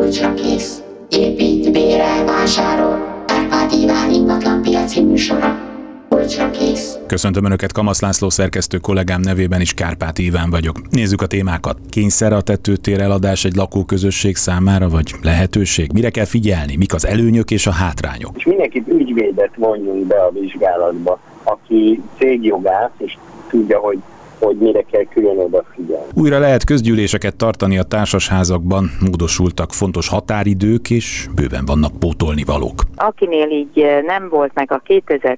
Kulcsakész, épít, bérel, vásárol, Árpád Iván ingatlanpiaci műsora. Kulcsakész. Köszöntöm Önöket, Kamasz László szerkesztő kollégám nevében is, Kárpáti Iván vagyok. Nézzük a témákat. Kényszer a tetőtér eladás egy lakóközösség számára, vagy lehetőség? Mire kell figyelni? Mik az előnyök és a hátrányok? És mindenkit ügyvédet vonjunk be a vizsgálatba, aki cégjogász, és tudja, hogy mire kell külön odafigyelni. Újra lehet közgyűléseket tartani a társasházakban, módosultak fontos határidők, és bőven vannak pótolnivalók. Akinél így nem volt meg a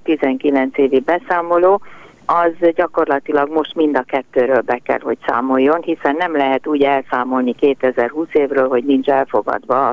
2019 évi beszámoló, az gyakorlatilag most mind a kettőről be kell, hogy számoljon, hiszen nem lehet úgy elszámolni 2020 évről, hogy nincs elfogadva a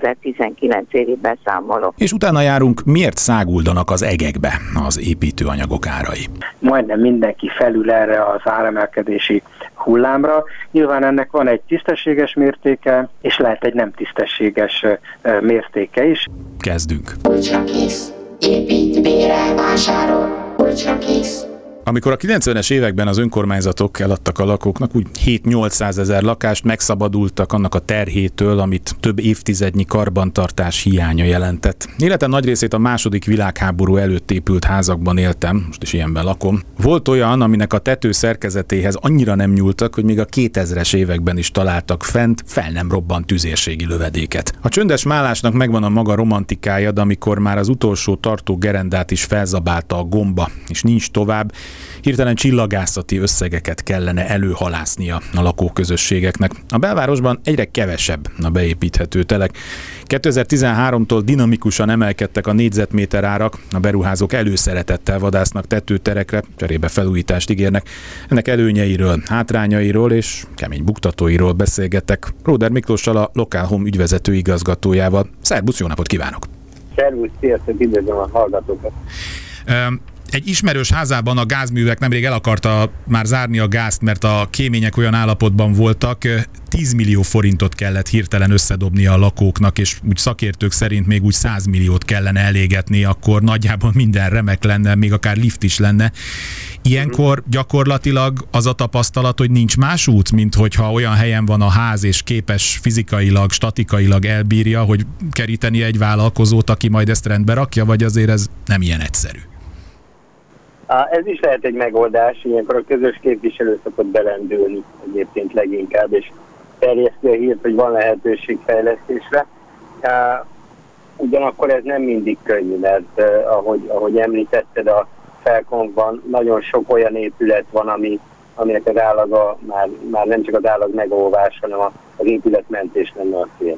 2019 évi beszámoló. És utána járunk, miért száguldanak az egekbe az építőanyagok árai? Majdnem mindenki felül erre az áremelkedési hullámra. Nyilván ennek van egy tisztességes mértéke, és lehet egy nem tisztességes mértéke is. Kezdünk. Kulcsakész, épít, bérel, vásárol, Kulcsakész. Amikor a 90-es években az önkormányzatok eladtak a lakóknak, úgy 7-800 ezer lakást, megszabadultak annak a terhétől, amit több évtizednyi karbantartás hiánya jelentett. Életem nagy részét a II. Világháború előtt épült házakban éltem, most is ilyenben lakom. Volt olyan, aminek a tető szerkezetéhez annyira nem nyúltak, hogy még a 2000-es években is találtak fent fel nem robbant tüzérségi lövedéket. A csöndes málásnak megvan a maga romantikája, de amikor már az utolsó tartó gerendát is felzabálta a gomba, és nincs tovább, hirtelen csillagászati összegeket kellene előhalásznia a lakóközösségeknek. A belvárosban egyre kevesebb a beépíthető telek. 2013-tól dinamikusan emelkedtek a négyzetméter árak, a beruházók előszeretettel vadásznak tetőterekre, cserébe felújítást ígérnek. Ennek előnyeiről, hátrányairól és kemény buktatóiról beszélgettek Róder Miklóssal, a Lokál Home ügyvezető igazgatójával. Szerbusz, jó napot kívánok! Szervusz, sziasztok, üdvözlöm a hallgatókat! Egy ismerős házában a gázművek nemrég el akarta már zárni a gázt, mert a kémények olyan állapotban voltak, 10 millió forintot kellett hirtelen összedobnia a lakóknak, és úgy szakértők szerint még úgy 100 milliót kellene elégetni, akkor nagyjából minden remek lenne, még akár lift is lenne. Ilyenkor gyakorlatilag az a tapasztalat, hogy nincs más út, mint hogyha olyan helyen van a ház, és képes fizikailag, statikailag elbírja, hogy keríteni egy vállalkozót, aki majd ezt rendbe rakja, vagy azért ez nem ilyen egyszerű? Ez is lehet egy megoldás, ilyenkor a közös képviselő szokott belendülni egyébként leginkább, és terjesztő a hírt, hogy van lehetőség fejlesztésre. Ugyanakkor ez nem mindig könnyű, mert ahogy említetted, a Felkonkban nagyon sok olyan épület van, aminek az állaga már nem csak az állag megóvás, hanem az épületmentés lenne a cél.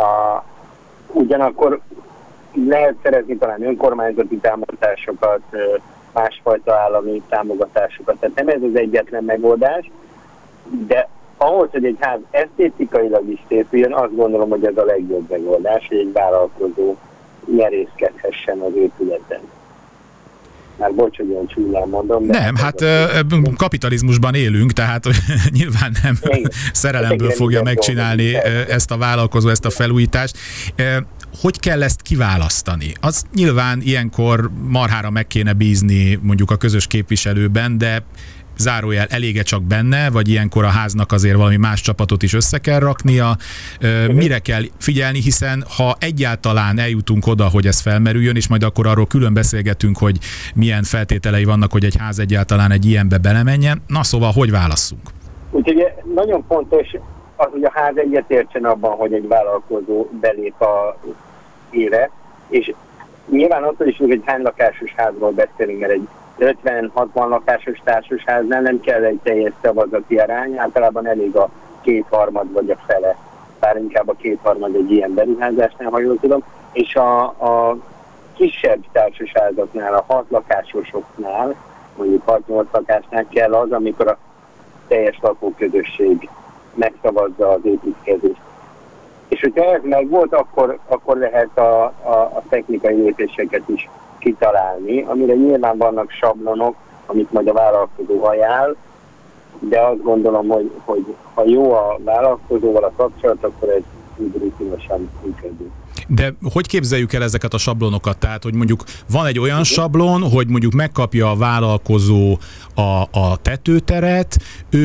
Ugyanakkor lehet szerezni talán önkormányzati támogatásokat, másfajta állami támogatásokat. Tehát nem ez az egyetlen megoldás, de ahhoz, hogy egy ház esztétikailag is épüljön, azt gondolom, hogy ez a legjobb megoldás, hogy egy vállalkozó nyerészkedhessen az épületen. Már bocs, hogy olyan csúnyán mondom. Nem, hát kapitalizmusban élünk, tehát nyilván nem szerelemből fogja megcsinálni ezt a vállalkozó, ezt a felújítást. Hogy kell ezt kiválasztani? Az nyilván ilyenkor marhára meg kéne bízni mondjuk a közös képviselőben, de zárójel elége csak benne, vagy ilyenkor a háznak azért valami más csapatot is össze kell raknia. Mire kell figyelni, hiszen ha egyáltalán eljutunk oda, hogy ez felmerüljön, és majd akkor arról külön beszélgetünk, hogy milyen feltételei vannak, hogy egy ház egyáltalán egy ilyenbe belemenjen. Na szóval, hogy válasszunk? Úgyhogy nagyon fontos az, hogy a ház egyetértsen abban, hogy egy vállalkozó belép a ére, és nyilván attól is, hogy egy hány lakásos házról beszélünk, mert egy 50-60 lakásos társasháznál nem kell egy teljes szavazati arány, általában elég a 2/3 vagy a fele, bár inkább a 2/3 egy ilyen beruházásnál, ha jól tudom, és a kisebb társasházaknál, a 6 lakásosoknál, mondjuk 6-8 lakásnál kell az, amikor a teljes lakóközösség megszavazza az építkezést. És hogyha ez megvolt, akkor lehet a technikai lépéseket is kitalálni, amire nyilván vannak sablonok, amit majd a vállalkozó ajánl, de azt gondolom, hogy ha jó a vállalkozóval a kapcsolat, akkor ez úgy rutinosan működik. De hogy képzeljük el ezeket a sablonokat? Tehát, hogy mondjuk van egy olyan sablon, hogy mondjuk megkapja a vállalkozó a tetőteret, ő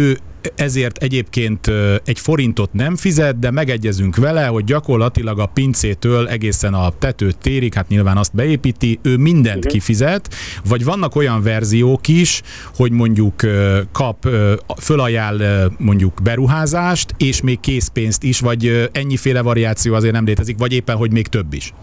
ezért egyébként egy forintot nem fizet, de megegyezünk vele, hogy gyakorlatilag a pincétől egészen a tetőtérig, hát nyilván azt beépíti, ő mindent kifizet, vagy vannak olyan verziók is, hogy mondjuk fölajánl mondjuk beruházást, és még készpénzt is, vagy ennyiféle variáció azért nem létezik, vagy éppen, hogy még több is?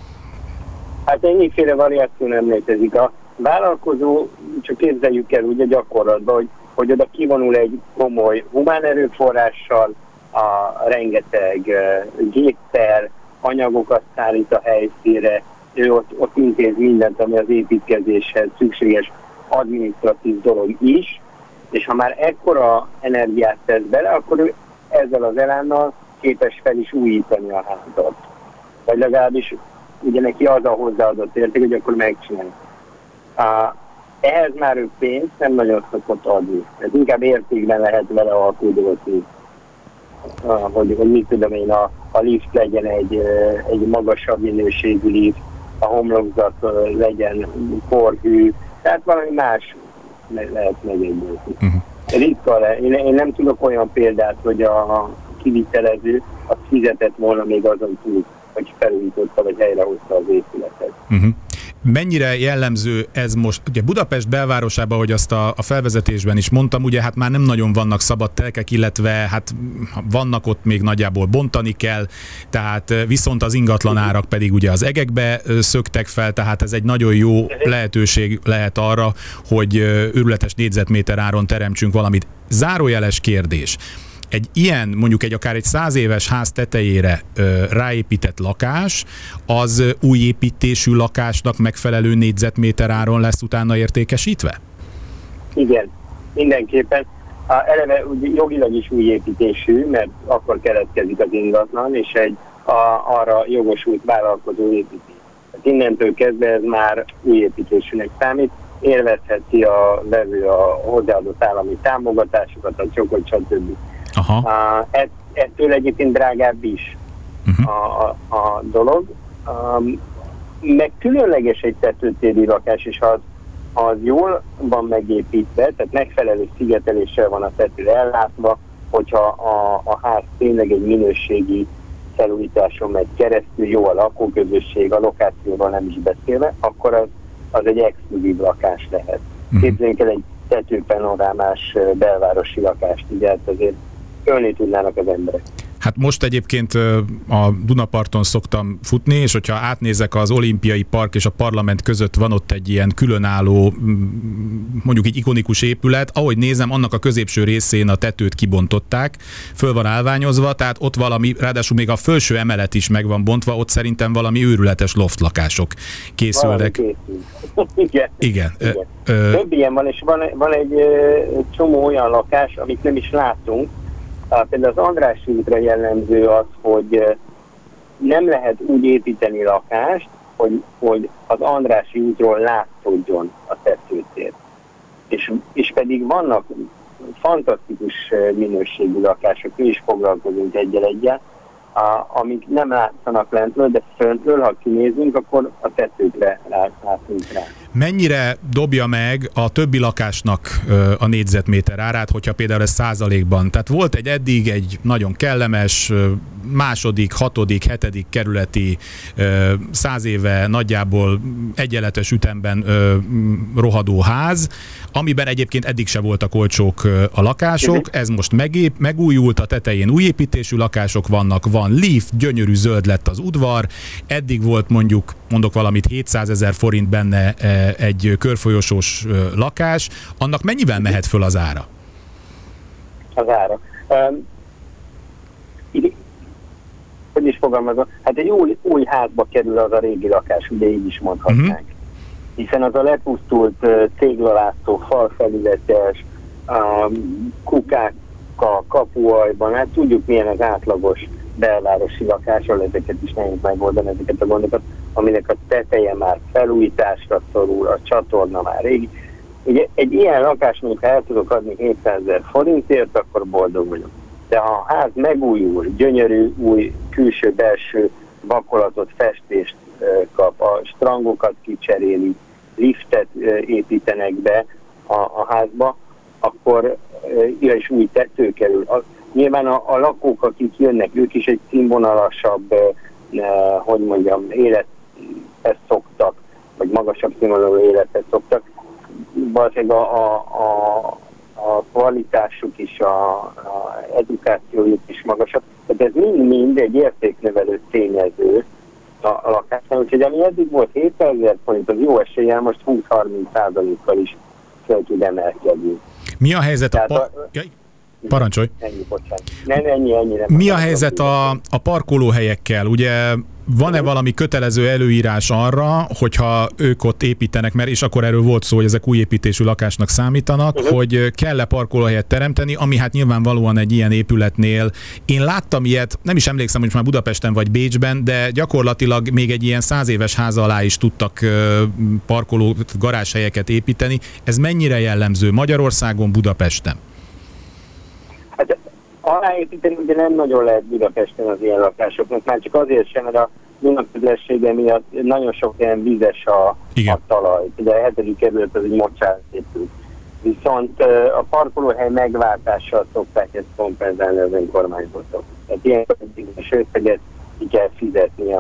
Hát ennyiféle variáció nem létezik. A vállalkozó, csak képzeljük el úgy a gyakorlatban, hogy oda kivonul egy komoly humán erőforrással, a rengeteg géppel, anyagokat szállít a helyszínre, ő ott intéz mindent, ami az építkezéshez szükséges adminisztratív dolog is, és ha már ekkora energiát tesz bele, akkor ő ezzel az elánnal képes fel is újítani a házat. Vagy legalábbis ugye neki az a hozzáadott érték, hogy akkor megcsinálja. Ehhez már ő pénzt nem nagyon szokott adni. Ez inkább értékben lehet vele alkudolni. Hogy mit tudom én, a lift legyen egy magasabb minőségű lift, a homlokzat legyen korhű, tehát valami más lehet megegyezni. Ritka én nem tudok olyan példát, hogy a kivitelező azt fizetett volna még azon túl, hogy felújította vagy helyrehozta az épületet. Mennyire jellemző ez most? Ugye Budapest belvárosában, hogy azt a felvezetésben is mondtam, ugye hát már nem nagyon vannak szabad telkek, illetve hát vannak ott még nagyjából bontani kell, tehát viszont az ingatlanárak pedig ugye az egekbe szöktek fel, tehát ez egy nagyon jó lehetőség lehet arra, hogy őrületes négyzetméter áron teremtsünk valamit. Zárójeles kérdés. Egy ilyen, mondjuk akár egy 100 éves ház tetejére ráépített lakás, az új építésű lakásnak megfelelő négyzetméter áron lesz utána értékesítve? Igen, mindenképpen. Eleve jogilag is új építésű, mert akkor keletkezik az ingatlan, és egy arra jogosult vállalkozó építés. Hát innentől kezdve ez már új építésűnek számít, élvezheti a vevő a hozzáadott állami támogatásokat, a csokot, stb. Ettől egyébként drágább is a dolog. Meg különleges egy tetőtéri lakás, és az jól van megépítve, tehát megfelelő szigeteléssel van a tető ellátva, hogyha a ház tényleg egy minőségi felújításon megy keresztül, jó a lakóközösség, a lokációval nem is beszélve, akkor az egy exkluzív lakás lehet. Képzeljünk el egy tetőpanorámás belvárosi lakást, ugye azért ölni tudnának az emberek. Hát most egyébként a Dunaparton szoktam futni, és hogyha átnézek az Olimpiai Park és a Parlament között, van ott egy ilyen különálló, mondjuk egy ikonikus épület, ahogy nézem, annak a középső részén a tetőt kibontották, föl van állványozva, tehát ott valami, ráadásul még a felső emelet is meg van bontva, ott szerintem valami őrületes loftlakások készülnek. Igen. Több ilyen van, és van egy csomó olyan lakás, amit nem is látunk. Például az Andrássy útra jellemző az, hogy nem lehet úgy építeni lakást, hogy az Andrássy útról látszódjon a tetőtér. És pedig vannak fantasztikus minőségű lakások, mi is foglalkozunk egyel-egyel, amik nem látszanak lentről, de föntről, ha kinézünk, akkor a tetőkre látunk rá. Mennyire dobja meg a többi lakásnak a négyzetméter árát, hogyha például ez százalékban? Tehát volt eddig egy nagyon kellemes második, hatodik, hetedik kerületi 100 éve nagyjából egyenletes ütemben rohadó ház, amiben egyébként eddig se voltak olcsók a lakások, ez most megújult, a tetején új építésű lakások vannak, van lift, gyönyörű zöld lett az udvar, eddig volt mondok valamit, 700 000 forint benne egy körfolyosós lakás, annak mennyivel mehet föl az ára? Az ára. Hogy is fogalmazom? Hát egy új házba kerül az a régi lakás, ugye így is mondhatnánk. Hiszen az a lepusztult téglalátszó, falfelületes, kukákkal, kapuajban, hát tudjuk milyen az átlagos belvárosi lakásról, ezeket is nehéz megoldani, ezeket a gondokat, aminek a teteje már felújításra szorul, a csatorna már régi. Ugye egy ilyen lakás, mondjuk ha el tudok adni 700 000 forintért, akkor boldog vagyok. De ha a ház megújul, gyönyörű új külső-belső vakolatot, festést kap, a strangokat kicserélik, liftet építenek be a házba, akkor is új tető kerül. Nyilván a lakók, akik jönnek, ők is egy színvonalasabb, életet szoktak, vagy magasabb színvonalú életet szoktak. Valószínűleg a kvalitásuk is, a edukációjuk is magasabb. Tehát ez mind egy értéknövelő tényező a lakásnál. Úgyhogy ami eddig volt 700 000 forint, az jó eséllyel most 20-30%-kal is fel tud emelkedni. Mi a helyzet Parancsolj! Ennyi. Mi a helyzet a parkolóhelyekkel? Ugye van-e valami kötelező előírás arra, hogyha ők ott építenek, mert és akkor erről volt szó, hogy ezek új építésű lakásnak számítanak, hogy kell-e parkolóhelyet teremteni, ami hát nyilvánvalóan egy ilyen épületnél. Én láttam ilyet, nem is emlékszem, hogy már Budapesten vagy Bécsben, de gyakorlatilag még egy ilyen 100 éves ház alá is tudtak garázshelyeket építeni. Ez mennyire jellemző Magyarországon, Budapesten? Hát aláépíteni ugye nem nagyon lehet Budapesten az ilyen lakásoknak, már csak azért sem, mert a nyomatközelsége miatt nagyon sok ilyen vizes a talaj. Ugye a 7. kerület az egy mocsár épült. Viszont a parkolóhely megváltással szokták ezt kompenzálni az önkormányzatok. Tehát ilyen összeget ki kell fizetni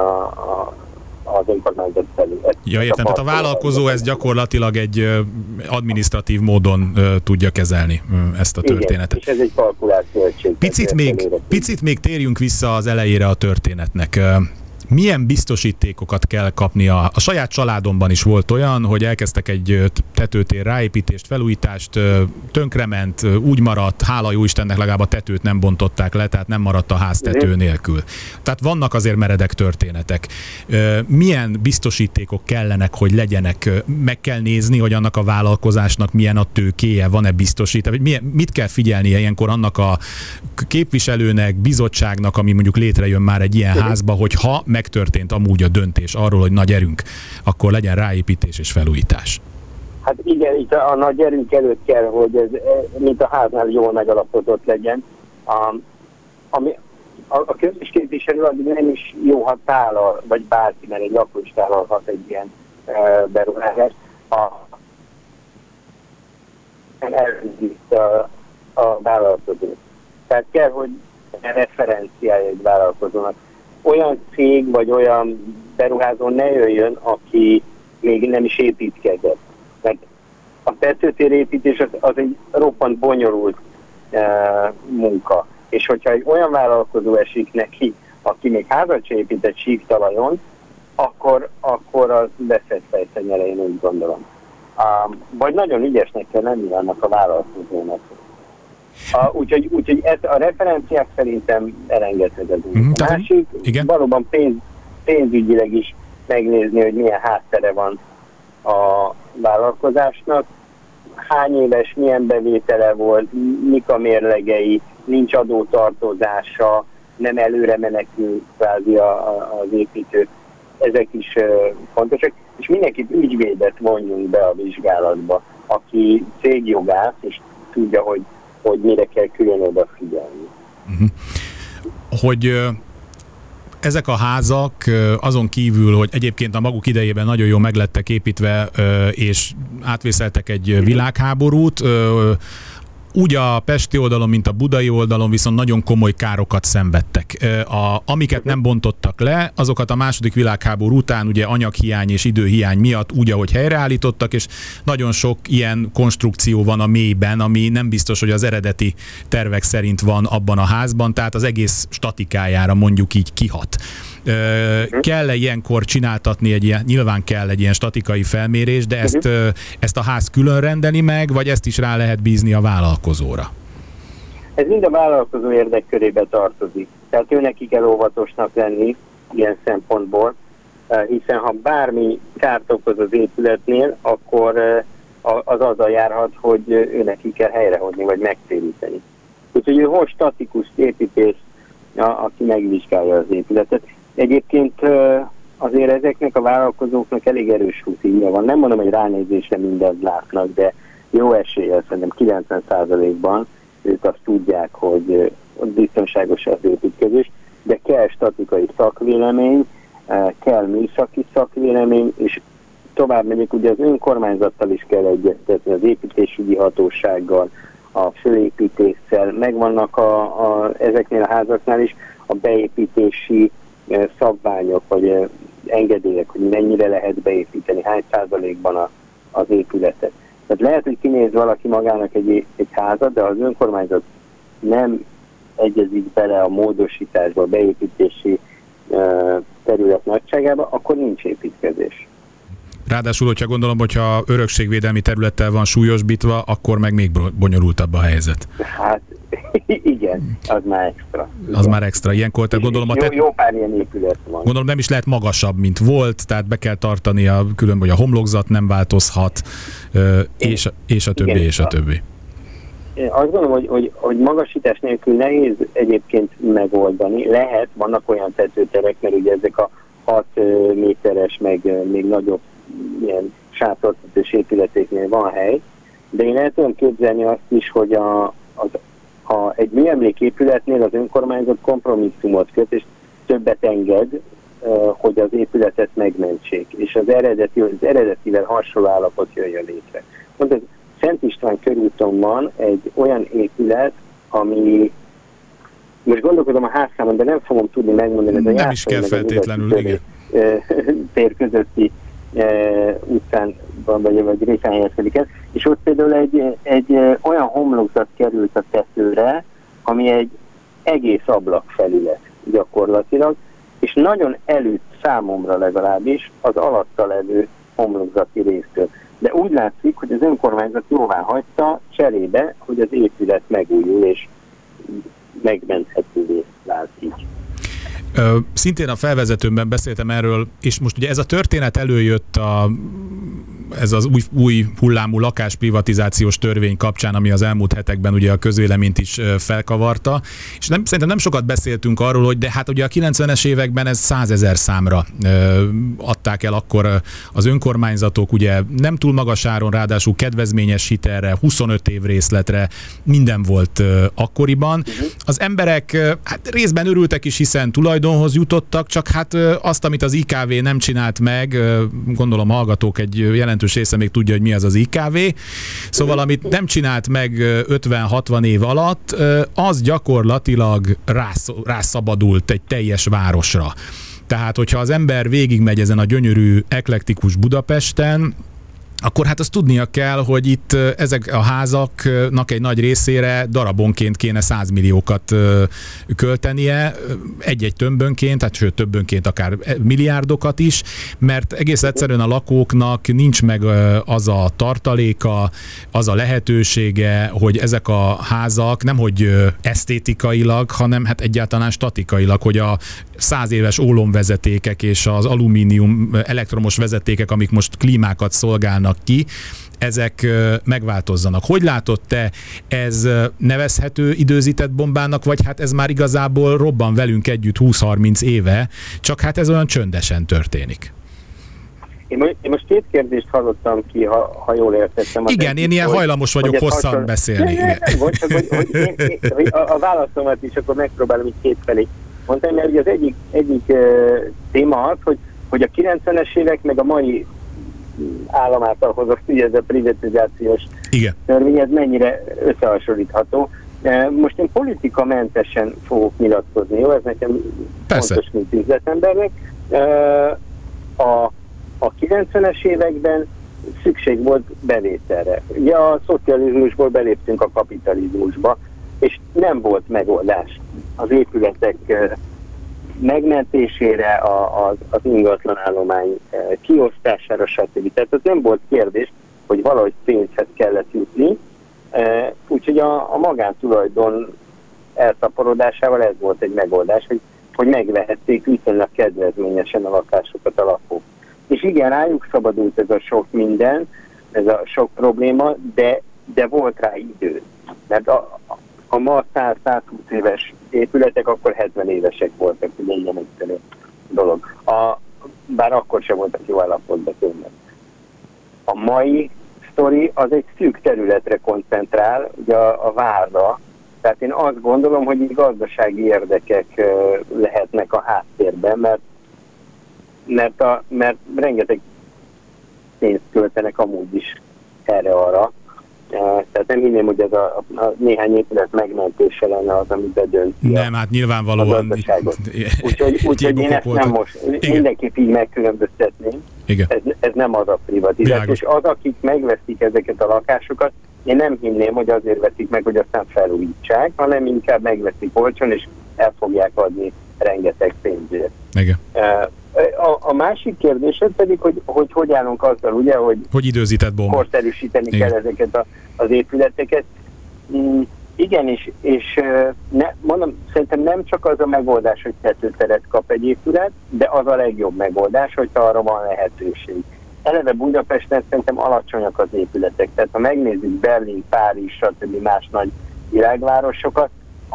az önkormányzat felé. Ja, értem, tehát a vállalkozó ez gyakorlatilag egy adminisztratív módon tudja kezelni ezt a történetet. Igen, és ez egy kalkulációegység. Picit még térjünk vissza az elejére a történetnek. Milyen biztosítékokat kell kapnia? A saját családomban is volt olyan, hogy elkezdtek egy tetőtér ráépítést, felújítást, tönkrement, úgy maradt, hála jó Istennek legalább a tetőt nem bontották le, tehát nem maradt a ház tető nélkül. Tehát vannak azért meredek történetek. Milyen biztosítékok kellenek, hogy legyenek? Meg kell nézni, hogy annak a vállalkozásnak milyen a tőkéje, van-e biztosítás? Mit kell figyelnie ilyenkor annak a képviselőnek, bizottságnak, ami mondjuk létrejön már egy ilyen házba, hogy ha megtörtént amúgy a döntés arról, hogy nagy erőnk, akkor legyen ráépítés és felújítás. Hát igen, itt a nagy erőnk előtt kell, hogy ez, mint a háznál jól megalapozott legyen. A közös képviselő addig nem is jó, ha tállal, vagy bárki, mert egy lakó is tálalhat egy ilyen beruházást. A vállalkozó. Tehát kell, hogy referenciálja egy vállalkozónak. Olyan cég vagy olyan beruházó ne jöjjön, aki még nem is építkezett. Meg a tetőtérépítés az egy roppant bonyolult munka. És hogyha egy olyan vállalkozó esik neki, aki még házat se épített síktalajon, akkor az veszett fejszennyere, én úgy gondolom. Vagy nagyon ügyesnek kell lenni annak a vállalkozónak. Úgyhogy a referenciák szerintem elengedhetetlen. A másik, valóban pénzügyileg is megnézni, hogy milyen háttere van a vállalkozásnak, hány éves, milyen bevétele volt, mik a mérlegei, nincs adótartozása, nem előre menekül kvázi az építő. Ezek is fontosak, és mindenkit ügyvédet vonjunk be a vizsgálatba, aki cégjogász, és tudja, hogy mire kell külön odafigyelni. Hogy ezek a házak azon kívül, hogy egyébként a maguk idejében nagyon jól meglettek építve, és átvészeltek egy világháborút, úgy a pesti oldalon, mint a budai oldalon viszont nagyon komoly károkat szenvedtek. Amiket nem bontottak le, azokat a második világháború után ugye anyaghiány és időhiány miatt úgy, ahogy helyreállítottak, és nagyon sok ilyen konstrukció van a mélyben, ami nem biztos, hogy az eredeti tervek szerint van abban a házban, tehát az egész statikájára mondjuk így kihat. Kell-e ilyenkor csináltatni nyilván kell egy ilyen statikai felmérés, de ezt a ház külön rendeli meg, vagy ezt is rá lehet bízni a vállalkozóra? Ez mind a vállalkozó érdekkörébe tartozik. Tehát őneki kell óvatosnak lenni ilyen szempontból, hiszen ha bármi kárt okoz az épületnél, akkor az azzal járhat, hogy őneki kell helyrehozni, vagy megtéríteni. Úgyhogy ő hoz statikus építés, aki megvizsgálja az épületet. Egyébként azért ezeknek a vállalkozóknak elég erős rutinja van. Nem mondom, hogy ránézésre mindent látnak, de jó eséllyel szerintem 90%-ban ők azt tudják, hogy biztonságos az építkezés, de kell statikai szakvélemény, kell műszaki szakvélemény, és tovább megyek, ugye az önkormányzattal is kell egyeztetni, az építésügyi hatósággal, a fölépítéssel, megvannak ezeknél a házaknál is a beépítési szabványok, vagy engedélyek, hogy mennyire lehet beépíteni, hány százalékban az épületet. Tehát lehet, hogy kinéz valaki magának egy házat, de ha az önkormányzat nem egyezik bele a módosításba, a beépítési terület nagyságába, akkor nincs építkezés. Ráadásul, hogyha gondolom, hogyha örökségvédelmi területtel van súlyosbítva, akkor meg még bonyolultabb a helyzet. Hát igen, az már extra. Igen. Az már extra. Ilyenkor, tehát gondolom, jó pár ilyen épület van. Gondolom nem is lehet magasabb, mint volt, tehát be kell tartani hogy a homlokzat nem változhat, és a többi, igen, és a többi. Én azt gondolom, hogy magasítás nélkül nehéz egyébként megoldani. Lehet, vannak olyan tetőterek, mert ugye ezek a 6 méteres, meg még nagyobb ilyen sátortetős épületeknél van hely, de én el tudom képzelni azt is, hogy egy műemléképületnél az önkormányzat kompromisszumot köt, és többet enged, hogy az épületet megmentsék, és az eredetivel hasonló állapot jöjjön létre. Mondjuk Szent István körúton van egy olyan épület, ami most gondolkodom a házszámon, de nem fogom tudni megmondani. Ez a nem is kell feltétlenül, igen. Tér közötti utcán vagy részen helyezkedik el, és ott például egy olyan homlokzat került a tetőre, ami egy egész ablakfelület gyakorlatilag, és nagyon elütt számomra legalábbis az alatta levő homlokzati résztől. De úgy látszik, hogy az önkormányzat jóvá hagyta cserébe, hogy az épület megújul és megmenthetővé vált így. Szintén a felvezetőmben beszéltem erről, és most ugye ez a történet előjött ez az új hullámú lakásprivatizációs törvény kapcsán, ami az elmúlt hetekben ugye a közvéleményt is felkavarta, és szerintem nem sokat beszéltünk arról, hogy de hát ugye a 90-es években ez 100 000 számra adták el akkor az önkormányzatok, ugye nem túl magas áron, ráadásul kedvezményes hitelre, 25 év részletre, minden volt akkoriban. Az emberek hát részben örültek is, hiszen tulajdonhoz jutottak, csak hát azt, amit az IKV nem csinált meg, gondolom hallgatók egy jelentős része még tudja, hogy mi az IKV. Szóval, amit nem csinált meg 50-60 év alatt, az gyakorlatilag rászabadult egy teljes városra. Tehát, hogyha az ember végigmegy ezen a gyönyörű, eklektikus Budapesten, akkor hát azt tudnia kell, hogy itt ezek a házaknak egy nagy részére darabonként kéne 100 milliókat költenie, egy-egy tömbönként, tehát sőt többönként akár milliárdokat is, mert egész egyszerűen a lakóknak nincs meg az a tartaléka, az a lehetősége, hogy ezek a házak nemhogy esztétikailag, hanem hát egyáltalán statikailag, hogy a 100 éves ólomvezetékek és az alumínium elektromos vezetékek, amik most klímákat szolgálnak ki, ezek megváltozzanak. Hogy látod te, ez nevezhető időzített bombának, vagy hát ez már igazából robban velünk együtt 20-30 éve, csak hát ez olyan csöndesen történik? Én most két kérdést hallottam ki, ha jól értettem. Igen, én ilyen hajlamos vagyok hosszan beszélni. A válaszomat is akkor megpróbálom így kétfelé mondani, mert ugye az egyik téma az, hogy a 90-es évek meg a mai állam által hozott, ugye ez a privatizációs törvény, ez mennyire összehasonlítható. Most én politikamentesen fogok nyilatkozni, jó? Ez nekem fontos, mint üzletembernek. A 90-es években szükség volt bevételre. Ugye a szocializmusból beléptünk a kapitalizmusba, és nem volt megoldás az épületek megmentésére, az ingatlanállomány kiosztására, stb. Tehát az nem volt kérdés, hogy valahogy pénzhez kellett jutni, úgyhogy a magántulajdon elszaporodásával ez volt egy megoldás, hogy megvehették viszonylag kedvezményesen a lakásokat a lakók. És igen, rájuk szabadult ez a sok minden, ez a sok probléma, de volt rá idő. Mert a ma 100-120 éves épületek akkor 70 évesek voltak, ugye ilyen egyszerű dolog. Bár akkor sem voltak jó állapotban tényleg. A mai sztori az egy szűk területre koncentrál, ugye a várra. Tehát én azt gondolom, hogy így gazdasági érdekek lehetnek a háttérben, mert rengeteg pénzt költenek amúgy is erre-arra. Tehát nem hinném, hogy ez a néhány épület megmentése lenne az, ami bedönti. Nem, hát nyilvánvalóan. Úgyhogy én ezt nem most. Mindenképp így megkülönböztetném. Ez nem az a privatizáció. És az, akik megveszik ezeket a lakásokat, én nem hinném, hogy azért veszik meg, hogy aztán felújítsák, hanem inkább megveszik olcsón, és el fogják adni rengeteg pénzért. Igen. A másik kérdésed pedig, hogy állunk azzal, ugye, hogy időzített bomba. Korszerűsíteni kell ezeket az épületeket. Igen, és mondom, szerintem nem csak az a megoldás, hogy tetőteret kap egy épület, de az a legjobb megoldás, hogyha arra van lehetőség. Eleve Budapesten szerintem alacsonyak az épületek, tehát ha megnézzük Berlin, Párizs, stb. Más nagy világvárosokat,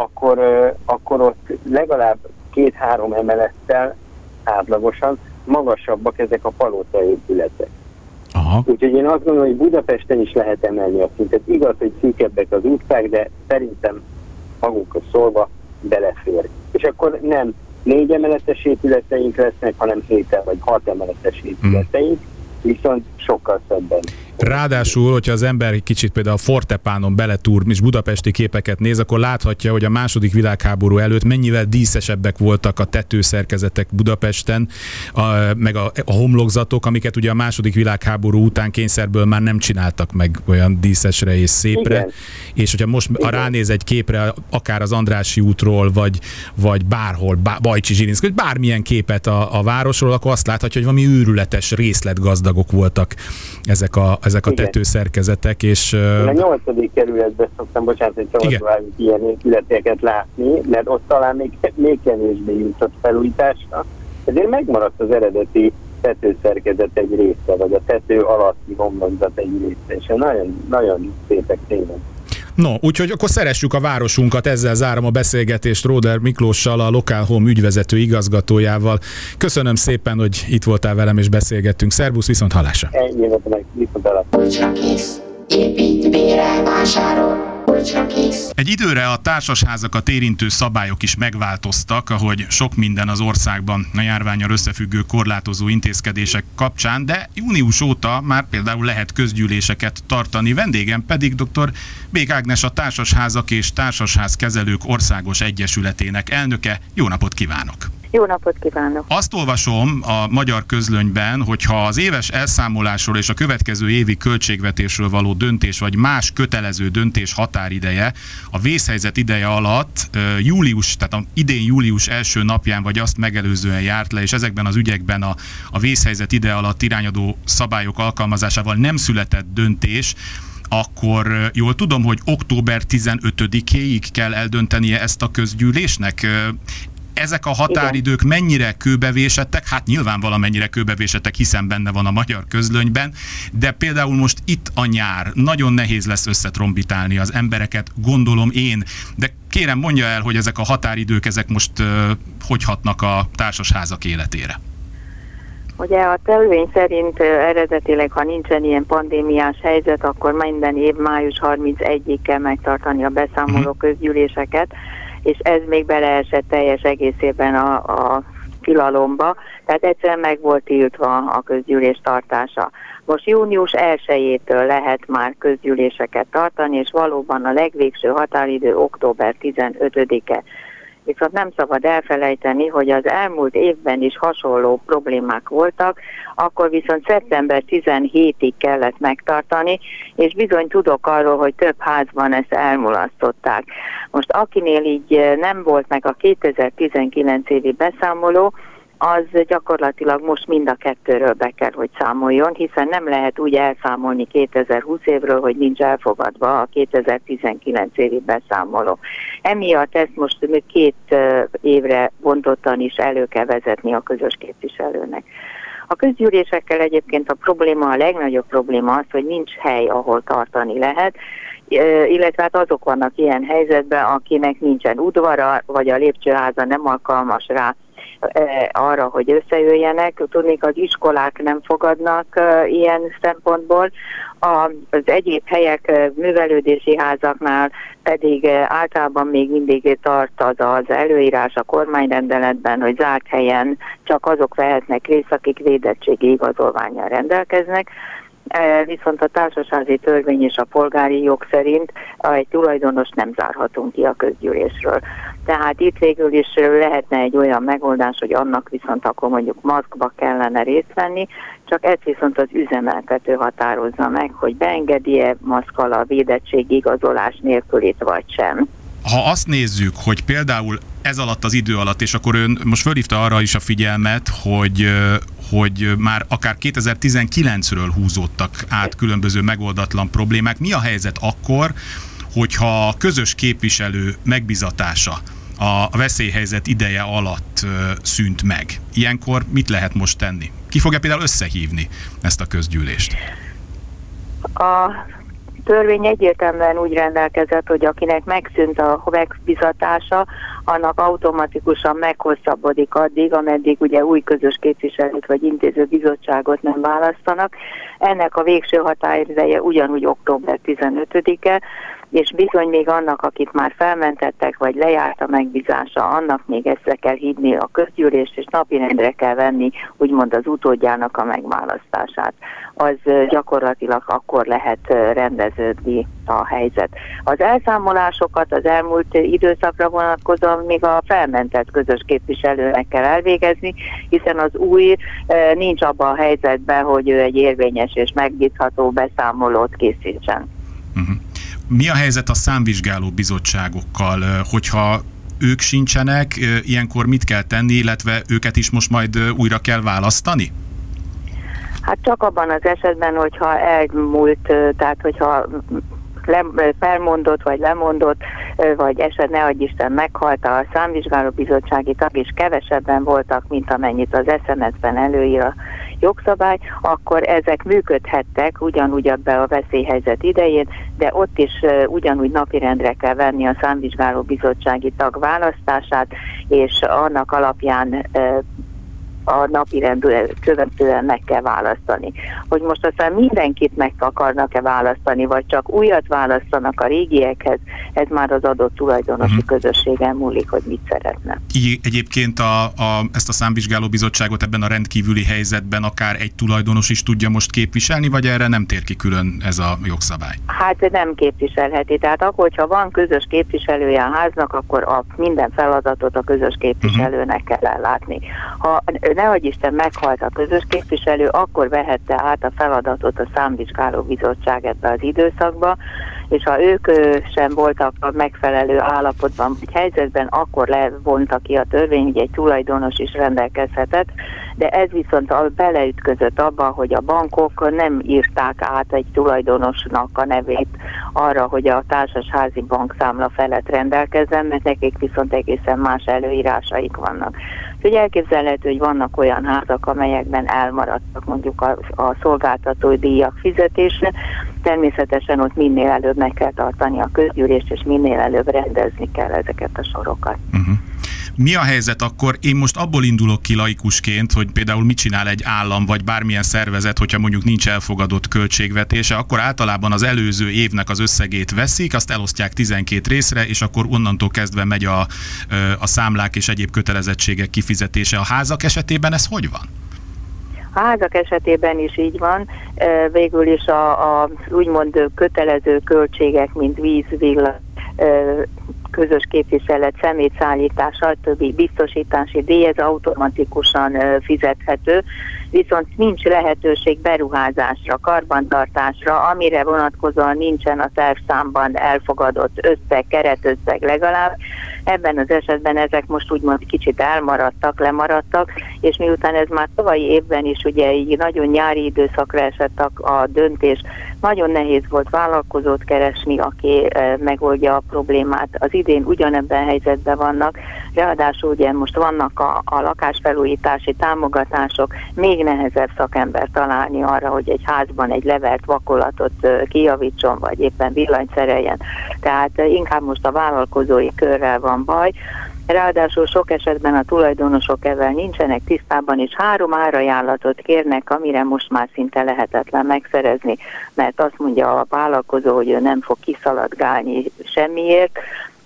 akkor ott legalább 2-3 emelettel átlagosan magasabbak ezek a palota épületek. Aha. Úgyhogy én azt gondolom, hogy Budapesten is lehet emelni a szintet. Igaz, hogy szűkebbek az utcák, de szerintem magunkra szólva belefér. És akkor nem 4 emeletes épületeink lesznek, hanem 7 vagy 6 emeletes épületeink, viszont sokkal szebben. Ráadásul, hogyha az ember egy kicsit például a Fortepánon beletúr és budapesti képeket néz, akkor láthatja, hogy a II. Világháború előtt mennyivel díszesebbek voltak a tetőszerkezetek Budapesten, meg a homlokzatok, amiket ugye a II. Világháború után kényszerből már nem csináltak meg olyan díszesre és szépre. Igen. És hogyha most ránéz egy képre, akár az Andrássy útról, vagy bárhol, Bajcsi Zsilinszky, vagy bármilyen képet a városról, akkor azt láthatja, hogy valami őrületes részletgazdagok voltak ezek a tetőszerkezetek, és... Én a 8. kerületben szoktam, bocsánat, hogy szabaduláljuk ilyen épületeket látni, mert ott talán még kevésbé jutott felújításra, ezért megmaradt az eredeti tetőszerkezet egy része, vagy a tető alatti homlokzat egy része, és nagyon, nagyon szépek tényleg. No, úgyhogy akkor szeressük a városunkat, ezzel zárom a beszélgetést Róder Miklóssal, a Lokál Home ügyvezető igazgatójával. Köszönöm szépen, hogy itt voltál velem és beszélgettünk. Szervusz, viszont hallásra! Ennyi volt meg, viszont hallásra. Ultra kész. Épít, bérel, vásárol. Ultra kész. Egy időre a társasházakat érintő szabályok is megváltoztak, ahogy sok minden az országban a járvánnyal összefüggő korlátozó intézkedések kapcsán, de június óta már például lehet közgyűléseket tartani. Vendégem pedig dr. Bék Ágnes, a Társasházak és Társasházkezelők Országos Egyesületének elnöke. Jó napot kívánok! Jó napot kívánok! Azt olvasom a Magyar Közlönyben, hogy ha az éves elszámolásról és a következő évi költségvetésről való döntés, vagy más kötelező döntés határideje a vészhelyzet ideje alatt tehát idén július első napján, vagy azt megelőzően járt le, és ezekben az ügyekben a vészhelyzet ideje alatt irányadó szabályok alkalmazásával nem született döntés, akkor jól tudom, hogy október 15-éig kell eldöntenie ezt a közgyűlésnek? Ezek a határidők mennyire kőbevésettek? Hát nyilván valamennyire kőbevésettek, hiszen benne van a Magyar Közlönyben, de például most itt a nyár, nagyon nehéz lesz összetrombitálni az embereket, gondolom én, de kérem mondja el, hogy ezek a határidők, ezek most hogy hatnak a társasházak életére? Ugye a törvény szerint eredetileg, ha nincsen ilyen pandémiás helyzet, akkor minden év május 31-ig kell megtartani a beszámoló közgyűléseket, és ez még beleesett teljes egészében a tilalomba, tehát egyszerűen meg volt tiltva a közgyűlés tartása. Most június 1-től lehet már közgyűléseket tartani, és valóban a legvégső határidő október 15-e. Viszont nem szabad elfelejteni, hogy az elmúlt évben is hasonló problémák voltak, akkor viszont szeptember 17-ig kellett megtartani, és bizony tudok arról, hogy több házban ezt elmulasztották. Most akinél így nem volt meg a 2019 évi beszámoló, az gyakorlatilag most mind a kettőről be kell, hogy számoljon, hiszen nem lehet úgy elszámolni 2020 évről, hogy nincs elfogadva a 2019 évi beszámoló. Emiatt ezt most 2 évre bontottan is elő kell vezetni a közös képviselőnek. A közgyűlésekkel egyébként a legnagyobb probléma az, hogy nincs hely, ahol tartani lehet, illetve hát azok vannak ilyen helyzetben, akinek nincsen udvara, vagy a lépcsőháza nem alkalmas rá arra, hogy összejöjjenek. Tudnék, az iskolák nem fogadnak ilyen szempontból. Az egyéb helyek, művelődési házaknál pedig általában még mindig tart az előírás a kormányrendeletben, hogy zárt helyen csak azok vehetnek részt, akik védettségi igazolvánnyal rendelkeznek. Viszont a társasházi törvény és a polgári jog szerint egy tulajdonos nem zárhatunk ki a közgyűlésről. Tehát itt végül is lehetne egy olyan megoldás, hogy annak viszont akkor mondjuk maszkba kellene részt venni, csak ezt viszont az üzemeltető határozza meg, hogy beengedi-e maszkkal a védettségi igazolás nélkülét vagy sem. Ha azt nézzük, hogy például ez alatt az idő alatt, és akkor ön most fölhívta arra is a figyelmet, hogy már akár 2019-ről húzódtak át különböző megoldatlan problémák. Mi a helyzet akkor, hogyha a közös képviselő megbizatása a veszélyhelyzet ideje alatt szűnt meg? Ilyenkor mit lehet most tenni? Ki fogja például összehívni ezt a közgyűlést? A törvény egyértelműen úgy rendelkezett, hogy akinek megszűnt a megbizatása, annak automatikusan meghosszabbodik addig, ameddig ugye új közös képviselőt vagy intéző bizottságot nem választanak. Ennek a végső határideje ugyanúgy október 15-e, és bizony még annak, akit már felmentettek, vagy lejárt a megbízása, annak még össze kell hívni a közgyűlést, és napirendre kell venni úgymond az utódjának a megválasztását. Az gyakorlatilag akkor lehet rendeződni a helyzet. Az elszámolásokat az elmúlt időszakra vonatkozóan még a felmentett közös képviselőnek kell elvégezni, hiszen az új nincs abban a helyzetben, hogy ő egy érvényes és megbízható beszámolót készítsen. Uh-huh. Mi a helyzet a számvizsgáló bizottságokkal, hogyha ők sincsenek, ilyenkor mit kell tenni, illetve őket is most majd újra kell választani? Hát csak abban az esetben, hogyha elmúlt, tehát hogyha felmondott, vagy lemondott, vagy eset ne adj Isten meghalt a számvizsgálóbizottsági tag, és kevesebben voltak, mint amennyit az SMS-ben előír a jogszabály, akkor ezek működhettek ugyanúgy ebbe a veszélyhelyzet idején, de ott is ugyanúgy napirendre kell venni a számvizsgálóbizottsági tag választását, és annak alapján a napirend követően meg kell választani. Hogy most aztán mindenkit meg akarnak-e választani, vagy csak újat választanak a régiekhez, ez már az adott tulajdonosi közösségen múlik, hogy mit szeretne. Egyébként ezt a számvizsgálóbizottságot ebben a rendkívüli helyzetben akár egy tulajdonos is tudja most képviselni, vagy erre nem tér ki külön ez a jogszabály? Hát nem képviselheti. Tehát akkor, hogyha van közös képviselője a háznak, akkor minden feladatot a közös képviselőnek kell ellátni. Ha nehogy Isten meghalt a közös képviselő, akkor vehette át a feladatot a számvizsgáló bizottság ebbe az időszakba, és ha ők sem voltak a megfelelő állapotban vagy helyzetben, akkor levonta ki a törvény, hogy egy tulajdonos is rendelkezhetett, de ez viszont beleütközött abba, hogy a bankok nem írták át egy tulajdonosnak a nevét arra, hogy a társasházi bankszámla felett rendelkezzen, mert nekik viszont egészen más előírásaik vannak. Úgyhogy elképzelhető, hogy vannak olyan házak, amelyekben elmaradtak mondjuk a szolgáltatói díjak fizetése. Természetesen ott minél előbb meg kell tartani a közgyűlést, és minél előbb rendezni kell ezeket a sorokat. Uh-huh. Mi a helyzet akkor? Én most abból indulok ki laikusként, hogy például mit csinál egy állam, vagy bármilyen szervezet, hogyha mondjuk nincs elfogadott költségvetése, akkor általában az előző évnek az összegét veszik, azt elosztják 12 részre, és akkor onnantól kezdve megy a számlák és egyéb kötelezettségek kifizetése. A házak esetében ez hogy van? A házak esetében is így van. Végül is a úgymond kötelező költségek, mint víz, villany, közös képviselet, szemétszállítás, stb. Biztosítási díj, ez automatikusan fizethető, viszont nincs lehetőség beruházásra, karbantartásra, amire vonatkozóan nincsen a tervszámban elfogadott összeg, keretösszeg legalább. Ebben az esetben ezek most úgymond kicsit elmaradtak, lemaradtak, és miután ez már tavalyi évben is ugye így nagyon nyári időszakra esett a döntés, nagyon nehéz volt vállalkozót keresni, aki megoldja a problémát. Az idén ugyanebben helyzetben vannak, ráadásul ugye most vannak a lakásfelújítási támogatások, még nehezebb szakember találni arra, hogy egy házban egy levert vakolatot kijavítson, vagy éppen villanyt szereljen. Tehát inkább most a vállalkozói körrel van baj. Ráadásul sok esetben a tulajdonosok ezzel nincsenek tisztában, és 3 árajánlatot kérnek, amire most már szinte lehetetlen megszerezni, mert azt mondja a vállalkozó, hogy ő nem fog kiszaladgálni semmiért,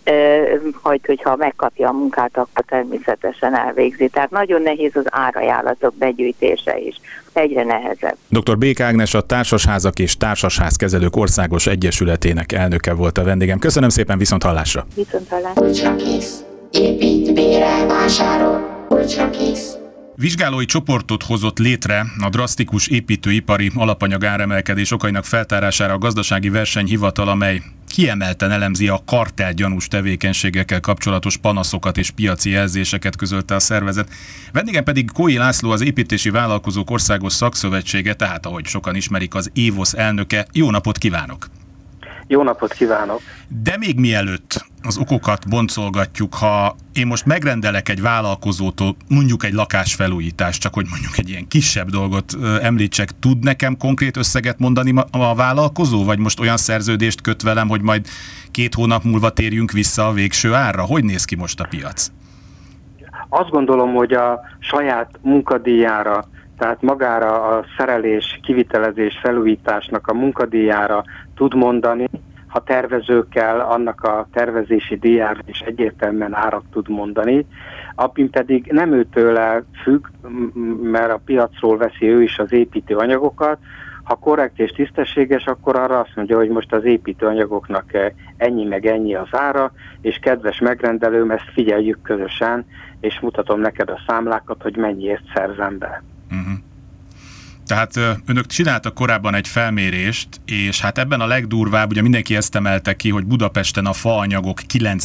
hogyha megkapja a munkát, akkor természetesen elvégzi. Tehát nagyon nehéz az árajánlatok begyűjtése is. Egyre nehezebb. Dr. Bék Ágnes, a Társasházak és Társasházkezelők Országos Egyesületének elnöke volt a vendégem. Köszönöm szépen, viszont hallásra! Viszont hallásra! Kulcsra kész. Épít, bérel, vásárol. Kulcsra kész. Vizsgálói csoportot hozott létre a drasztikus építőipari alapanyag áremelkedés okainak feltárására a Gazdasági Versenyhivatal, amely kiemelten elemzi a kartellgyanús tevékenységekkel kapcsolatos panaszokat és piaci jelzéseket, közölte a szervezet. Vendégem pedig Kói László, az Építési Vállalkozók Országos Szakszövetsége, tehát ahogy sokan ismerik, az ÉVOSZ elnöke. Jó napot kívánok! Jó napot kívánok! De még mielőtt az okokat boncolgatjuk, ha én most megrendelek egy vállalkozótól mondjuk egy lakásfelújítást, csak hogy mondjuk egy ilyen kisebb dolgot említsek, tud nekem konkrét összeget mondani a vállalkozó, vagy most olyan szerződést köt velem, hogy majd 2 hónap múlva térjünk vissza a végső árra? Hogy néz ki most a piac? Azt gondolom, hogy a saját munkadíjára, tehát magára a szerelés, kivitelezés, felújításnak a munkadíjára tud mondani, ha tervezőkkel, annak a tervezési díjára is egyértelműen árat tud mondani, amin pedig nem őtőle függ, mert a piacról veszi ő is az építőanyagokat. Ha korrekt és tisztességes, akkor arra azt mondja, hogy most az építőanyagoknak ennyi meg ennyi az ára, és kedves megrendelőm, ezt figyeljük közösen, és mutatom neked a számlákat, hogy mennyiért szerzem be. Uh-huh. Tehát önök csináltak korábban egy felmérést, és hát ebben a legdurvább, ugye mindenki ezt emelte ki, hogy Budapesten a faanyagok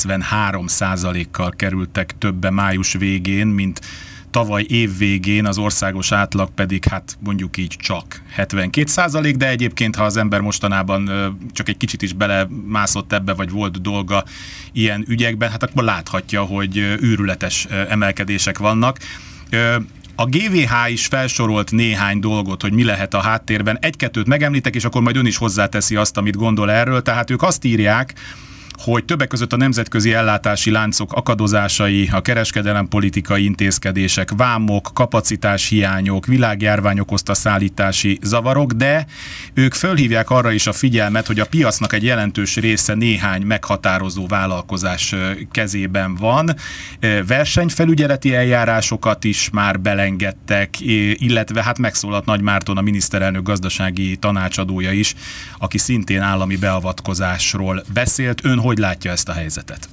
93%-kal kerültek többe május végén, mint tavaly év végén, az országos átlag pedig hát mondjuk így csak 72%, de egyébként, ha az ember mostanában csak egy kicsit is belemászott ebbe, vagy volt dolga ilyen ügyekben, hát akkor láthatja, hogy őrületes emelkedések vannak. A GVH is felsorolt néhány dolgot, hogy mi lehet a háttérben. Egy-kettőt megemlítek, és akkor majd ön is hozzáteszi azt, amit gondol erről. Tehát ők azt írják, hogy többek között a nemzetközi ellátási láncok akadozásai, a kereskedelempolitikai intézkedések, vámok, kapacitáshiányok, világjárvány okozta szállítási zavarok, de ők fölhívják arra is a figyelmet, hogy a piacnak egy jelentős része néhány meghatározó vállalkozás kezében van. Versenyfelügyeleti eljárásokat is már belengedtek, illetve hát megszólalt Nagy Márton, a miniszterelnök gazdasági tanácsadója is, aki szintén állami beavatkozásról beszélt. Ön hogy látja ezt a helyzetet?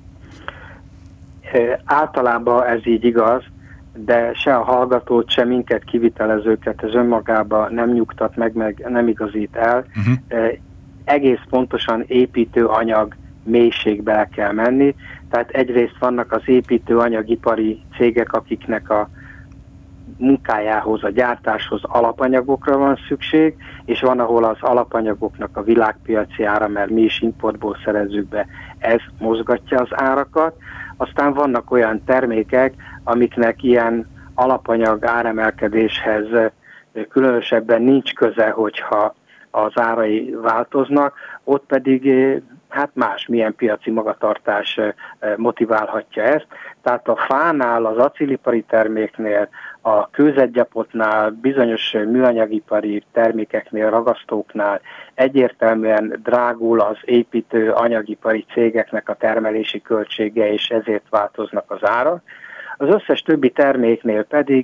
Általában ez így igaz, de se a hallgatót, se minket kivitelezőket ez önmagában nem nyugtat meg nem igazít el. Egész pontosan építőanyag mélységbe el kell menni. Tehát egyrészt vannak az építőanyagipari cégek, akiknek a munkájához, a gyártáshoz alapanyagokra van szükség, és van, ahol az alapanyagoknak a világpiaci ára, mert mi is importból szerezzük be, ez mozgatja az árakat. Aztán vannak olyan termékek, amiknek ilyen alapanyag áremelkedéshez különösebben nincs köze, hogyha az árai változnak, ott pedig hát milyen piaci magatartás motiválhatja ezt. Tehát a fánál, az acélipari terméknél, a kőzetgyapotnál, bizonyos műanyagipari termékeknél, ragasztóknál egyértelműen drágul az építő anyagipari cégeknek a termelési költsége, és ezért változnak az árak. Az összes többi terméknél pedig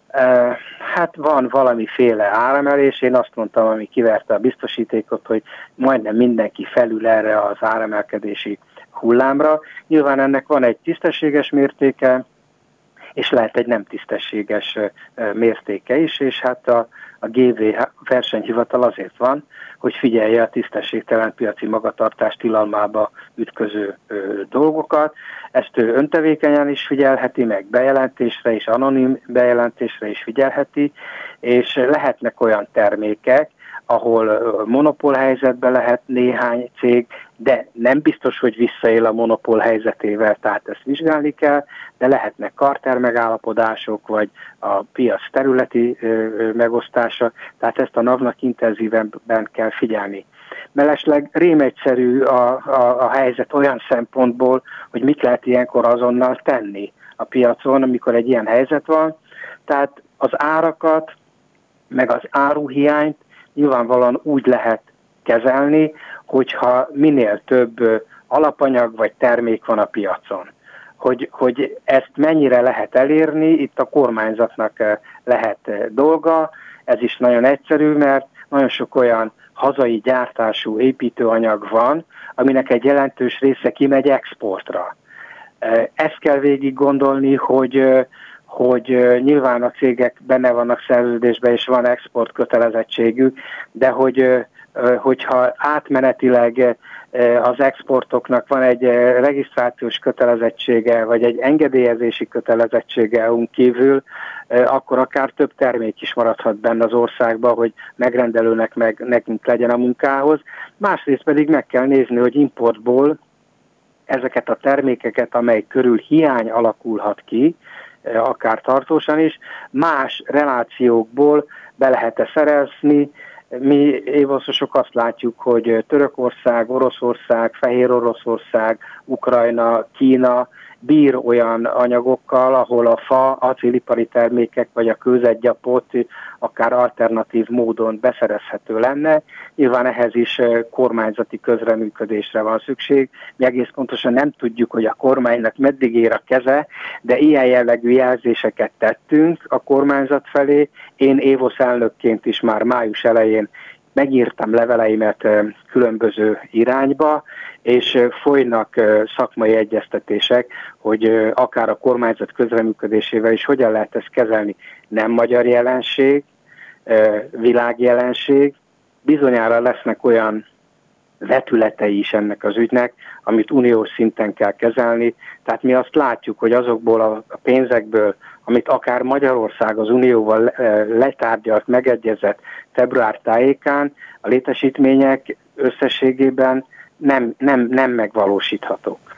hát van valamiféle áremelés. Én azt mondtam, ami kiverte a biztosítékot, hogy majdnem mindenki felül erre az áremelkedési hullámra. Nyilván ennek van egy tisztességes mértéke, és lehet egy nem tisztességes mértéke is, és hát a GVH versenyhivatal azért van, hogy figyelje a tisztességtelen piaci magatartás tilalmába ütköző dolgokat. Ezt ő öntevékenyen is figyelheti, meg bejelentésre és anonim bejelentésre is figyelheti, és lehetnek olyan termékek, ahol monopól helyzetben lehet néhány cég, de nem biztos, hogy visszaél a monopól helyzetével, tehát ezt vizsgálni kell, de lehetnek karter megállapodások, vagy a piac területi megosztása, tehát ezt a NAV-nak intenzívebben kell figyelni. Mellesleg rémegyszerű a helyzet olyan szempontból, hogy mit lehet ilyenkor azonnal tenni a piacon, amikor egy ilyen helyzet van. Tehát az árakat, meg az áruhiányt nyilvánvalóan úgy lehet kezelni, hogyha minél több alapanyag vagy termék van a piacon. Hogy ezt mennyire lehet elérni, itt a kormányzatnak lehet dolga, ez is nagyon egyszerű, mert nagyon sok olyan hazai gyártású építőanyag van, aminek egy jelentős része kimegy exportra. Ezt kell végig gondolni, hogy nyilván a cégek benne vannak szerződésben, és van export kötelezettségük, de hogyha átmenetileg az exportoknak van egy regisztrációs kötelezettsége, vagy egy engedélyezési kötelezettsége EU-n kívül, akkor akár több termék is maradhat benne az országban, hogy megrendelőnek meg nekünk legyen a munkához. Másrészt pedig meg kell nézni, hogy importból ezeket a termékeket, amely körül hiány alakulhat ki, akár tartósan is, más relációkból be lehet-e szerezni. Mi évoszosok azt látjuk, hogy Törökország, Oroszország, Fehér Oroszország, Ukrajna, Kína bír olyan anyagokkal, ahol a fa, acélipari termékek vagy a kőzetgyapot akár alternatív módon beszerezhető lenne. Nyilván ehhez is kormányzati közreműködésre van szükség. Mi egész pontosan nem tudjuk, hogy a kormánynak meddig ér a keze, de ilyen jellegű jelzéseket tettünk a kormányzat felé. Én évosz elnökként is már május elején megírtam leveleimet különböző irányba, és folynak szakmai egyeztetések, hogy akár a kormányzat közreműködésével is hogyan lehet ezt kezelni. Nem magyar jelenség, világjelenség, bizonyára lesznek olyan vetületei is ennek az ügynek, amit uniós szinten kell kezelni. Tehát mi azt látjuk, hogy azokból a pénzekből, amit akár Magyarország az unióval letárgyalt, megegyezett február tájékán, a létesítmények összességében nem megvalósíthatók.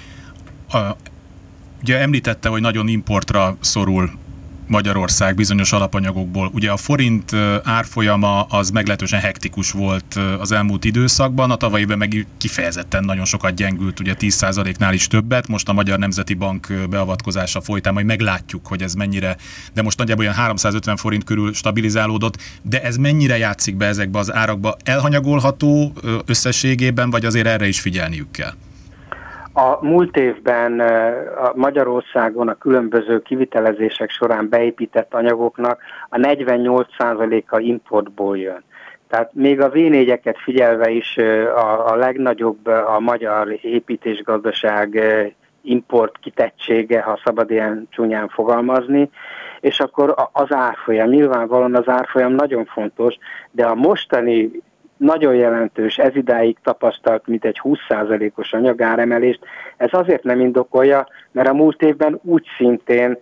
Ugye említette, hogy nagyon importra szorul Magyarország bizonyos alapanyagokból. Ugye a forint árfolyama az meglehetősen hektikus volt az elmúlt időszakban, a tavalyi évben meg kifejezetten nagyon sokat gyengült, ugye 10%-nál is többet, most a Magyar Nemzeti Bank beavatkozása folytán majd meglátjuk, hogy ez mennyire, de most nagyjából olyan 350 forint körül stabilizálódott, de ez mennyire játszik be ezekbe az árakba? Elhanyagolható összességében, vagy azért erre is figyelniük kell? A múlt évben a Magyarországon a különböző kivitelezések során beépített anyagoknak a 48%-a importból jön. Tehát még a V4-eket figyelve is a legnagyobb a magyar építésgazdaság import kitettsége, ha szabad ilyen csúnyán fogalmazni, és akkor az árfolyam, nyilvánvalóan az árfolyam nagyon fontos, de a mostani nagyon jelentős, ez idáig tapasztalt, mint egy 20%-os anyagáremelést. Ez azért nem indokolja, mert a múlt évben úgy szintén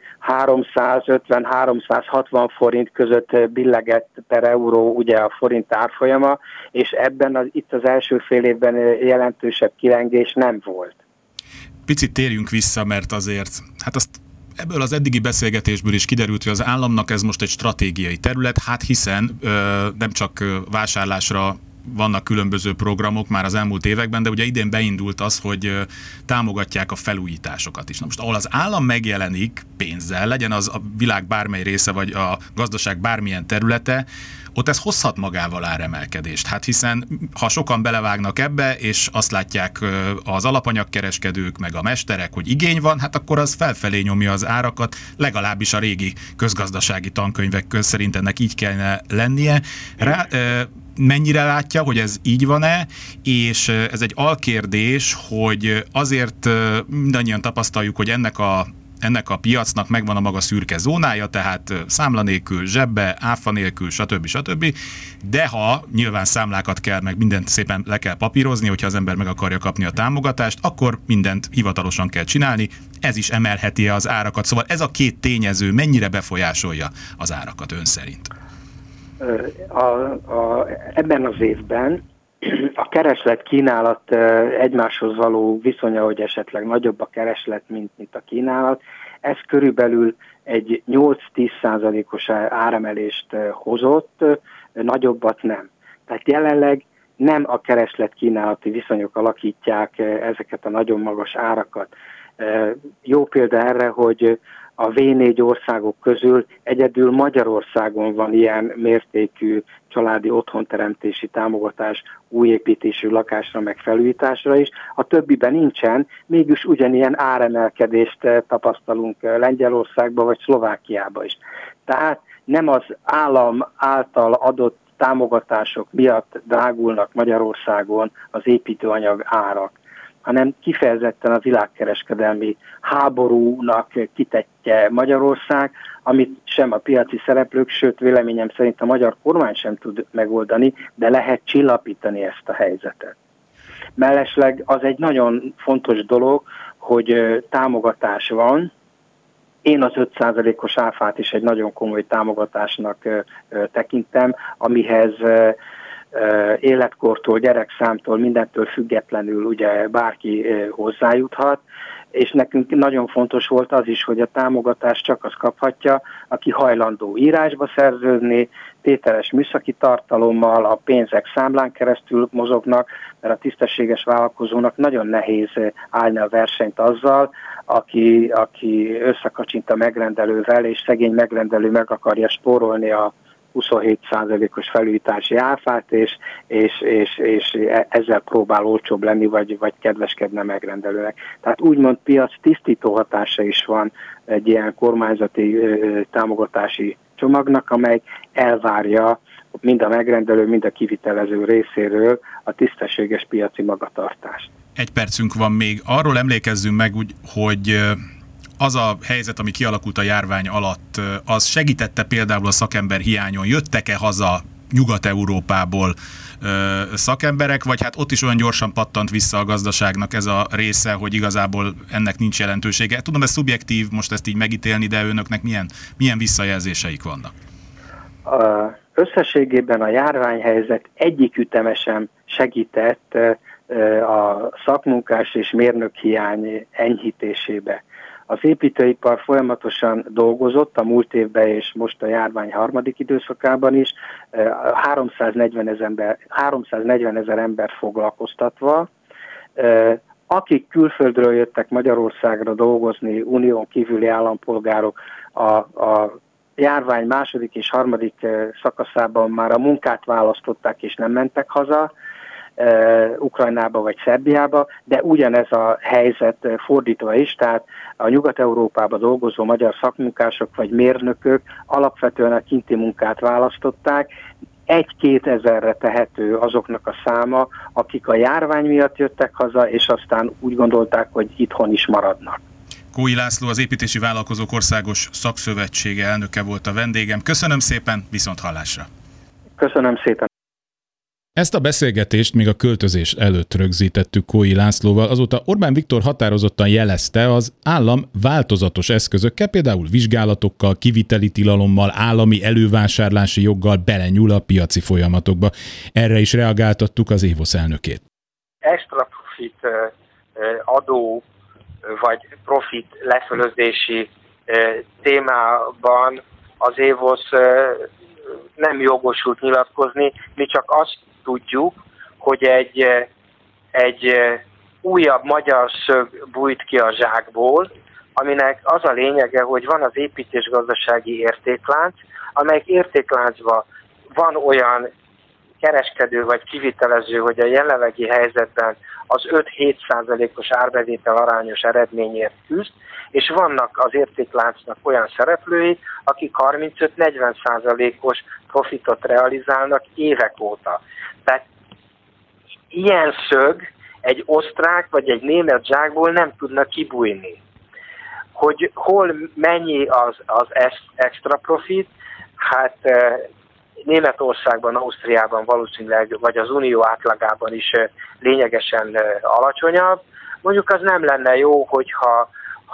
350-360 forint között billegett per euró ugye a forint árfolyama, és ebben itt az első fél évben jelentősebb kilengés nem volt. Picit térjünk vissza, mert azért, hát azt ebből az eddigi beszélgetésből is kiderült, hogy az államnak ez most egy stratégiai terület, hát hiszen nem csak vásárlásra vannak különböző programok már az elmúlt években, de ugye idén beindult az, hogy támogatják a felújításokat is. Na most, ahol az állam megjelenik pénzzel, legyen az a világ bármely része, vagy a gazdaság bármilyen területe, ott ez hozhat magával áremelkedést. Hát hiszen, ha sokan belevágnak ebbe, és azt látják az alapanyagkereskedők, meg a mesterek, hogy igény van, hát akkor az felfelé nyomja az árakat, legalábbis a régi közgazdasági tankönyvek közt szerint ennek így kellene lennie. Mennyire látja, hogy ez így van-e, és ez egy alkérdés, hogy azért mindannyian tapasztaljuk, hogy ennek a piacnak megvan a maga szürke zónája, tehát számla nélkül, zsebbe, áfa nélkül, stb. De ha nyilván számlákat kell, meg mindent szépen le kell papírozni, hogyha az ember meg akarja kapni a támogatást, akkor mindent hivatalosan kell csinálni, ez is emelheti az árakat. Szóval ez a két tényező mennyire befolyásolja az árakat ön szerint? Ebben az évben a kereslet-kínálat egymáshoz való viszonya, hogy esetleg nagyobb a kereslet, mint a kínálat, ez körülbelül egy 8-10%-os áremelést hozott, nagyobbat nem. Tehát jelenleg nem a kereslet-kínálati viszonyok alakítják ezeket a nagyon magas árakat. Jó példa erre, hogy a V4 országok közül egyedül Magyarországon van ilyen mértékű családi otthonteremtési támogatás újépítésű lakásra meg felújításra is. A többiben nincsen, mégis ugyanilyen áremelkedést tapasztalunk Lengyelországban vagy Szlovákiában is. Tehát nem az állam által adott támogatások miatt drágulnak Magyarországon az építőanyag árak, hanem kifejezetten a világkereskedelmi háborúnak kitettje Magyarország, amit sem a piaci szereplők, sőt véleményem szerint a magyar kormány sem tud megoldani, de lehet csillapítani ezt a helyzetet. Mellesleg az egy nagyon fontos dolog, hogy támogatás van. Én az 5%-os áfát is egy nagyon komoly támogatásnak tekintem, amihez életkortól, gyerekszámtól, mindentől függetlenül ugye bárki hozzájuthat, és nekünk nagyon fontos volt az is, hogy a támogatást csak az kaphatja, aki hajlandó írásba szerződni, tételes műszaki tartalommal, a pénzek számlán keresztül mozognak, mert a tisztességes vállalkozónak nagyon nehéz állni a versenyt azzal, aki összekacsint a megrendelővel, és szegény megrendelő meg akarja spórolni a 27%-os felújítási áfát, és ezzel próbál olcsóbb lenni, vagy kedveskedne megrendelőnek. Tehát úgymond piac tisztító hatása is van egy ilyen kormányzati támogatási csomagnak, amely elvárja mind a megrendelő, mind a kivitelező részéről a tisztességes piaci magatartást. Egy percünk van még. Arról emlékezzünk meg, hogy az a helyzet, ami kialakult a járvány alatt, az segítette például a szakember hiányon? Jöttek-e haza Nyugat-Európából szakemberek, vagy hát ott is olyan gyorsan pattant vissza a gazdaságnak ez a része, hogy igazából ennek nincs jelentősége? Tudom, ez szubjektív, most ezt így megítélni, de önöknek milyen visszajelzéseik vannak? Összességében a járványhelyzet egyikütemesen segített a szakmunkás és mérnök hiány enyhítésébe. Az építőipar folyamatosan dolgozott a múlt évben és most a járvány harmadik időszakában is, 340 000 embert foglalkoztatva. Akik külföldről jöttek Magyarországra dolgozni, unión kívüli állampolgárok, a járvány második és harmadik szakaszában már a munkát választották és nem mentek haza, Ukrajnába vagy Szerbiába, de ugyanez a helyzet fordítva is, tehát a Nyugat-Európában dolgozó magyar szakmunkások vagy mérnökök alapvetően a kinti munkát választották, 1-2 ezerre tehető azoknak a száma, akik a járvány miatt jöttek haza, és aztán úgy gondolták, hogy itthon is maradnak. Kói László, az Építési Vállalkozók Országos Szakszövetsége elnöke volt a vendégem. Köszönöm szépen, viszonthallásra! Köszönöm szépen! Ezt a beszélgetést még a költözés előtt rögzítettük Kói Lászlóval, azóta Orbán Viktor határozottan jelezte, az állam változatos eszközökkel, például vizsgálatokkal, kiviteli tilalommal, állami elővásárlási joggal belenyúl a piaci folyamatokba. Erre is reagáltattuk az Évosz elnökét. Extra profit adó vagy profit lefölözési témában az Évosz nem jogosult nyilatkozni, mi csak azt tudjuk, hogy egy újabb magyar szög bújt ki a zsákból, aminek az a lényege, hogy van az építésgazdasági értéklánc, amelyik értékláncban van olyan kereskedő vagy kivitelező, hogy a jelenlegi helyzetben az 5-7%-os árbevétel arányos eredményért küzd, és vannak az értékláncnak olyan szereplői, akik 35-40%-os profitot realizálnak évek óta. Tehát ilyen szög egy osztrák vagy egy német zsákból nem tudna kibújni. Hogy hol mennyi az extra profit, hát Németországban, Ausztriában valószínűleg, vagy az unió átlagában is lényegesen alacsonyabb. Mondjuk az nem lenne jó, hogyha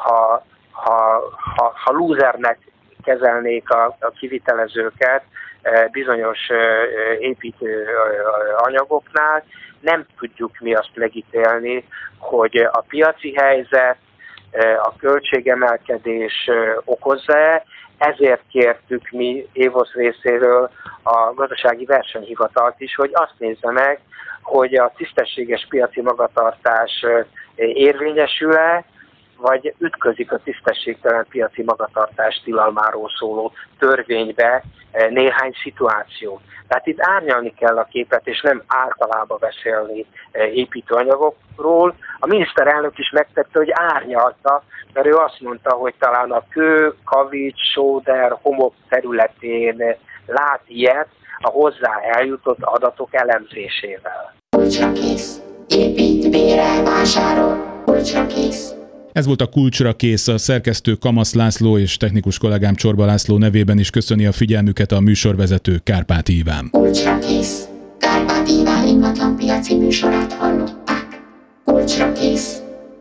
lúzernek kezelnék a kivitelezőket bizonyos építő anyagoknál. Nem tudjuk mi azt megítélni, hogy a piaci helyzet, a költségemelkedés okozza-e. Ezért kértük mi Évosz részéről a gazdasági versenyhivatalt is, hogy azt nézze meg, hogy a tisztességes piaci magatartás érvényesül-e, vagy ütközik a tisztességtelen piaci magatartás tilalmáról szóló törvénybe néhány szituáció. Tehát itt árnyalni kell a képet, és nem általában beszélni építőanyagokról. A miniszterelnök is megtette, hogy árnyalta, mert ő azt mondta, hogy talán a kő, kavics, sóder, homok területén lát ilyet a hozzá eljutott adatok elemzésével. Kulcsra kész. Épít, bérel, vásárol. Kulcsra kész. Ez volt a Kulcsra kész. A szerkesztő Kamasz László és technikus kollégám Csorba László nevében is köszöni a figyelmüket a műsorvezető Kárpáti Iván. Kulcsra kész. Kárpáti Iván ingatlanpiaci műsorát hallották. Kulcsra kész.